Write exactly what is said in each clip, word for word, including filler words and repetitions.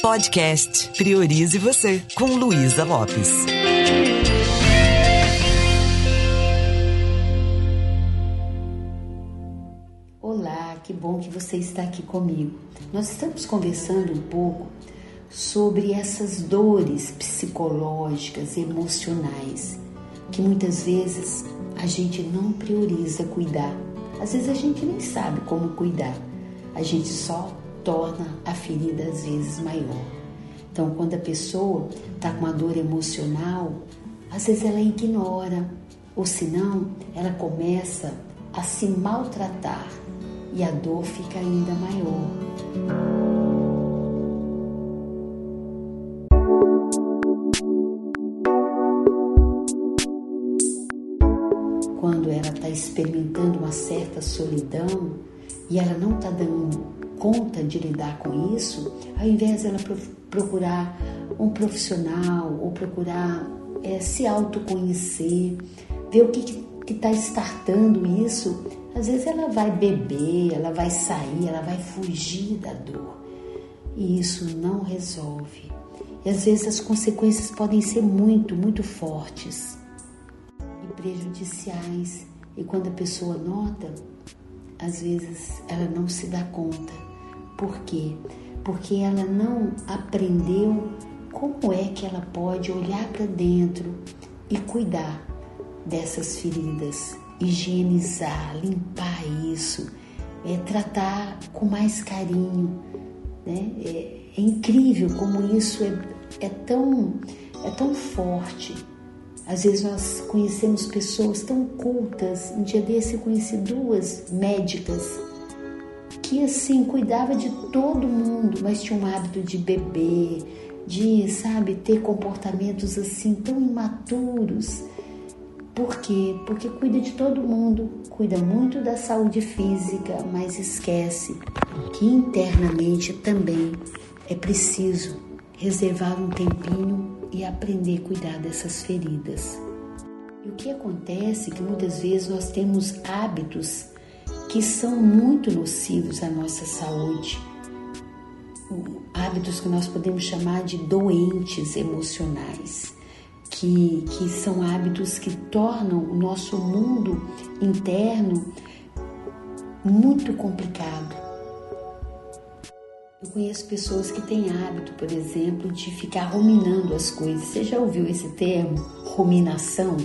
Podcast Priorize Você, com Luísa Lopes. Olá, que bom que você está aqui comigo. Nós estamos conversando um pouco sobre essas dores psicológicas e emocionais que muitas vezes a gente não prioriza cuidar. Às vezes a gente nem sabe como cuidar, a gente só torna a ferida às vezes maior. Então, quando a pessoa está com uma dor emocional, às vezes ela ignora, ou senão ela começa a se maltratar e a dor fica ainda maior. Quando ela está experimentando uma certa solidão e ela não está dando conta de lidar com isso, ao invés de ela procurar um profissional ou procurar é, se autoconhecer, ver o que está startando isso, às vezes ela vai beber, ela vai sair, ela vai fugir da dor. E isso não resolve. E às vezes as consequências podem ser muito, muito fortes e prejudiciais. E quando a pessoa nota, às vezes ela não se dá conta. Por quê? Porque ela não aprendeu como é que ela pode olhar para dentro e cuidar dessas feridas, higienizar, limpar isso, é, tratar com mais carinho, né? É, é incrível como isso é, é, tão, é tão forte. Às vezes nós conhecemos pessoas tão cultas. Um dia desse eu conheci duas médicas que assim cuidava de todo mundo, mas tinha um hábito de beber, de, sabe, ter comportamentos assim tão imaturos. Por quê? Porque cuida de todo mundo, cuida muito da saúde física, mas esquece que internamente também é preciso reservar um tempinho e aprender a cuidar dessas feridas. E o que acontece é que muitas vezes nós temos hábitos que são muito nocivos à nossa saúde, hábitos que nós podemos chamar de doentes emocionais, que, que são hábitos que tornam o nosso mundo interno muito complicado. Eu conheço pessoas que têm hábito, por exemplo, de ficar ruminando as coisas. Você já ouviu esse termo? Ruminação?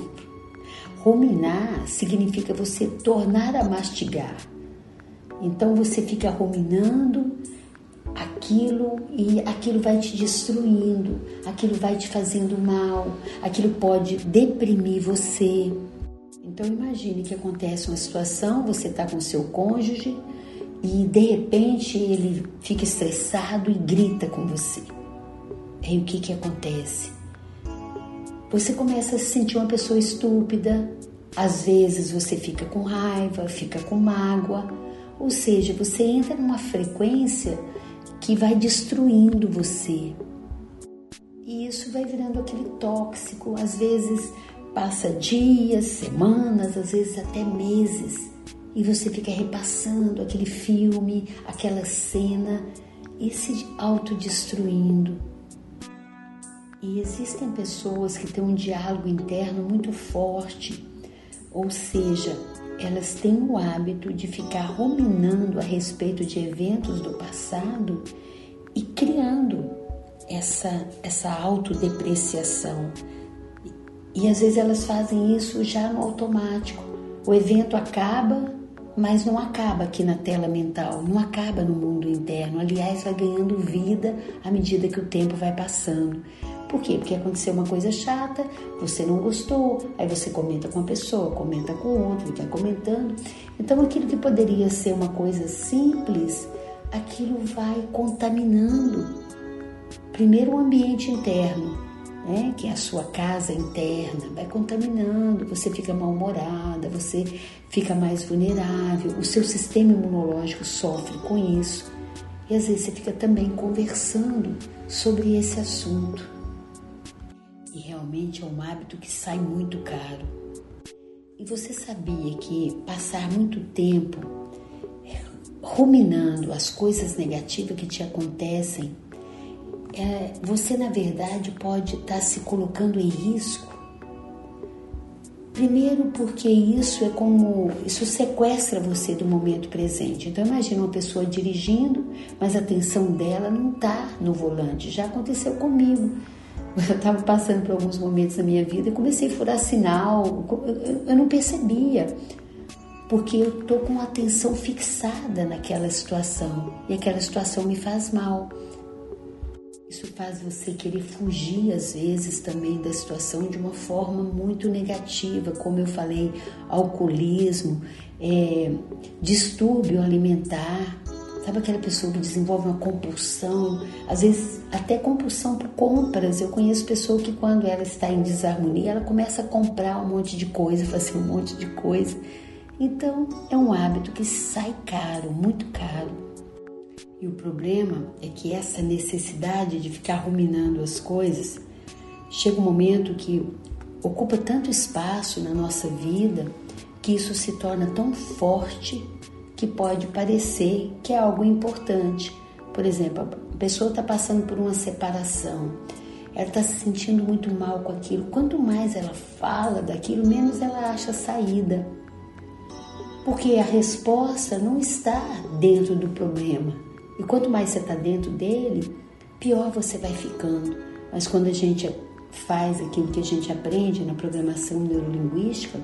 Ruminar significa você tornar a mastigar. Então você fica ruminando aquilo e aquilo vai te destruindo, aquilo vai te fazendo mal, aquilo pode deprimir você. Então imagine que acontece uma situação, você está com seu cônjuge e de repente ele fica estressado e grita com você. Aí o que que acontece? Você começa a se sentir uma pessoa estúpida, às vezes você fica com raiva, fica com mágoa, ou seja, você entra numa frequência que vai destruindo você. E isso vai virando aquele tóxico, às vezes passa dias, semanas, às vezes até meses, e você fica repassando aquele filme, aquela cena, e se autodestruindo. E existem pessoas que têm um diálogo interno muito forte, ou seja, elas têm o hábito de ficar ruminando a respeito de eventos do passado e criando essa, essa autodepreciação. E às vezes elas fazem isso já no automático. O evento acaba, mas não acaba aqui na tela mental, não acaba no mundo interno. Aliás, vai ganhando vida à medida que o tempo vai passando. Por quê? Porque aconteceu uma coisa chata, você não gostou, aí você comenta com uma pessoa, comenta com outra, e vai comentando. Então, aquilo que poderia ser uma coisa simples, aquilo vai contaminando. Primeiro o ambiente interno, né? Que é a sua casa interna, vai contaminando, você fica mal-humorada, você fica mais vulnerável, o seu sistema imunológico sofre com isso. E às vezes você fica também conversando sobre esse assunto. E realmente é um hábito que sai muito caro. E você sabia que passar muito tempo ruminando as coisas negativas que te acontecem é, você na verdade pode estar se colocando em risco. Primeiro porque isso é como, isso sequestra você do momento presente. Então imagina uma pessoa dirigindo, mas a atenção dela não está no volante. Já aconteceu comigo. Eu estava passando por alguns momentos da minha vida e comecei a furar sinal, eu não percebia, porque eu estou com a atenção fixada naquela situação e aquela situação me faz mal. Isso faz você querer fugir, às vezes, também da situação de uma forma muito negativa, como eu falei, alcoolismo, é, distúrbio alimentar. Sabe aquela pessoa que desenvolve uma compulsão, às vezes até compulsão por compras. Eu conheço pessoa que quando ela está em desarmonia, ela começa a comprar um monte de coisa, fazer um monte de coisa. Então, é um hábito que sai caro, muito caro. E o problema é que essa necessidade de ficar ruminando as coisas, chega um momento que ocupa tanto espaço na nossa vida, que isso se torna tão forte que pode parecer que é algo importante. Por exemplo, a pessoa está passando por uma separação, ela está se sentindo muito mal com aquilo. Quanto mais ela fala daquilo, menos ela acha saída. Porque a resposta não está dentro do problema. E quanto mais você está dentro dele, pior você vai ficando. Mas quando a gente faz aquilo que a gente aprende na programação neurolinguística,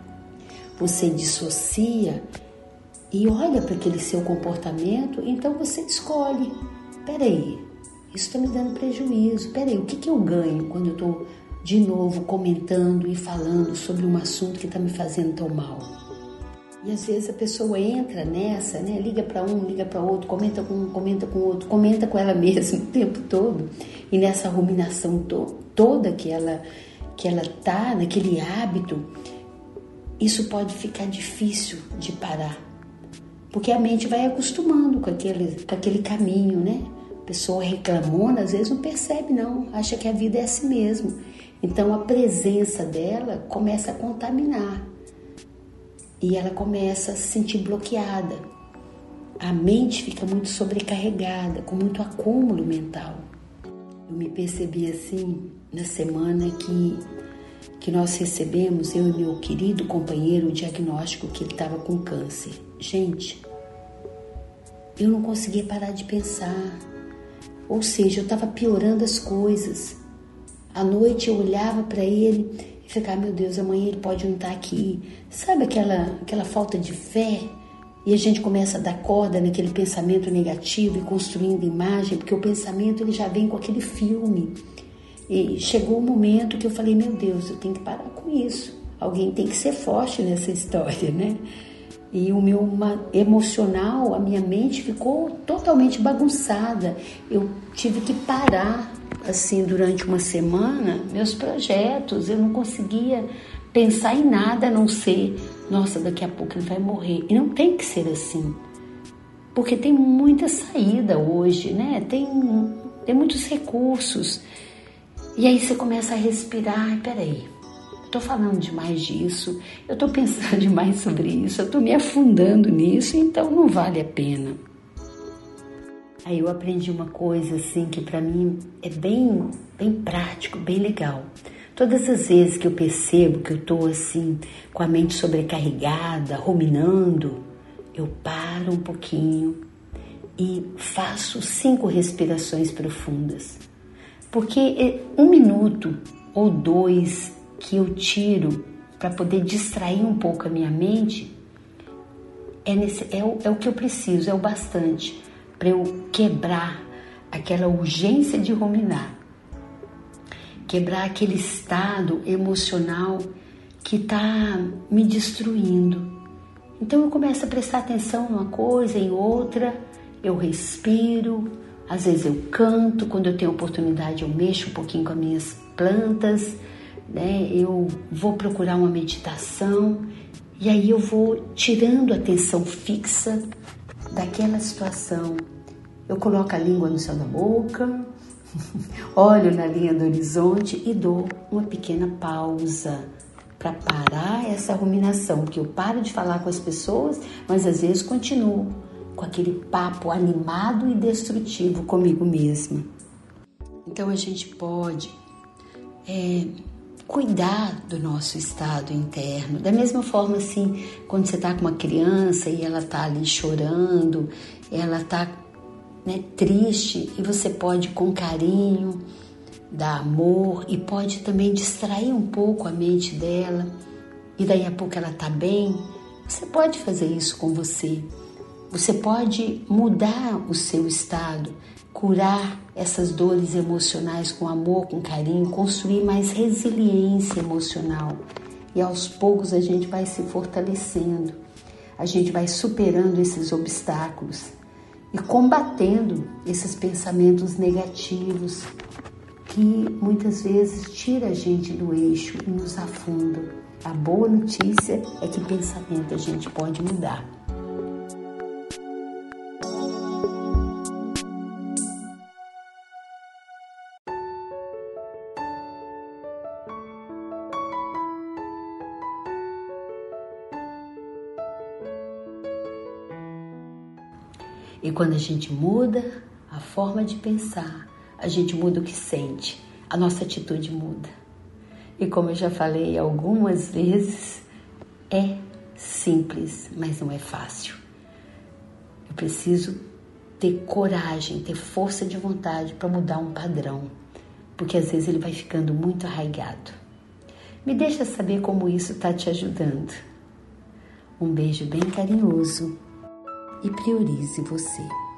você dissocia e olha para aquele seu comportamento, então você escolhe. Peraí, isso está me dando prejuízo. Peraí, o que, que eu ganho quando eu estou de novo comentando e falando sobre um assunto que está me fazendo tão mal? E às vezes a pessoa entra nessa, né? Liga para um, liga para outro, comenta com um, comenta com outro, comenta com ela mesma o tempo todo. E nessa ruminação to- toda que ela que ela tá, naquele hábito, isso pode ficar difícil de parar. Porque a mente vai acostumando com aquele, com aquele caminho, né? A pessoa reclamona, às vezes não percebe não, acha que a vida é assim mesmo. Então a presença dela começa a contaminar. E ela começa a se sentir bloqueada. A mente fica muito sobrecarregada, com muito acúmulo mental. Eu me percebi assim na semana que, que nós recebemos, eu e meu querido companheiro, o diagnóstico que ele estava com câncer. Gente, eu não conseguia parar de pensar. Ou seja, eu estava piorando as coisas. À noite eu olhava para ele e ficava, meu Deus, amanhã ele pode não estar aqui. Sabe aquela, aquela falta de fé? E a gente começa a dar corda naquele pensamento negativo e construindo imagem, porque o pensamento ele já vem com aquele filme. E chegou um momento que eu falei, meu Deus, eu tenho que parar com isso. Alguém tem que ser forte nessa história, né? E o meu emocional, a minha mente ficou totalmente bagunçada. Eu tive que parar, assim, durante uma semana, meus projetos. Eu não conseguia pensar em nada a não ser, nossa, daqui a pouco ele vai morrer. E não tem que ser assim. Porque tem muita saída hoje, né? Tem, tem muitos recursos. E aí você começa a respirar, peraí. Estou falando demais disso, eu estou pensando demais sobre isso, eu estou me afundando nisso, então não vale a pena. Aí eu aprendi uma coisa assim que para mim é bem, bem prático, bem legal. Todas as vezes que eu percebo que eu estou assim com a mente sobrecarregada, ruminando, eu paro um pouquinho e faço cinco respirações profundas. Porque um minuto ou dois que eu tiro para poder distrair um pouco a minha mente, é, nesse, é, o, é o que eu preciso, é o bastante para eu quebrar aquela urgência de ruminar, quebrar aquele estado emocional que está me destruindo. Então eu começo a prestar atenção numa coisa, em outra, eu respiro, às vezes eu canto, quando eu tenho oportunidade eu mexo um pouquinho com as minhas plantas, né? Eu vou procurar uma meditação e aí eu vou tirando a atenção fixa daquela situação. Eu coloco a língua no céu da boca, olho na linha do horizonte e dou uma pequena pausa para parar essa ruminação, porque eu paro de falar com as pessoas, mas às vezes continuo com aquele papo animado e destrutivo comigo mesma. Então a gente pode é, cuidar do nosso estado interno. Da mesma forma, assim, quando você está com uma criança e ela está ali chorando, ela está, né, triste, e você pode, com carinho, dar amor e pode também distrair um pouco a mente dela, e daí a pouco ela está bem. Você pode fazer isso com você. Você pode mudar o seu estado, curar essas dores emocionais com amor, com carinho, construir mais resiliência emocional. E aos poucos a gente vai se fortalecendo, a gente vai superando esses obstáculos e combatendo esses pensamentos negativos que muitas vezes tira a gente do eixo e nos afundam. A boa notícia é que pensamento a gente pode mudar. E quando a gente muda a forma de pensar, a gente muda o que sente, a nossa atitude muda. E como eu já falei algumas vezes, é simples, mas não é fácil. Eu preciso ter coragem, ter força de vontade para mudar um padrão, porque às vezes ele vai ficando muito arraigado. Me deixa saber como isso está te ajudando. Um beijo bem carinhoso e priorize você.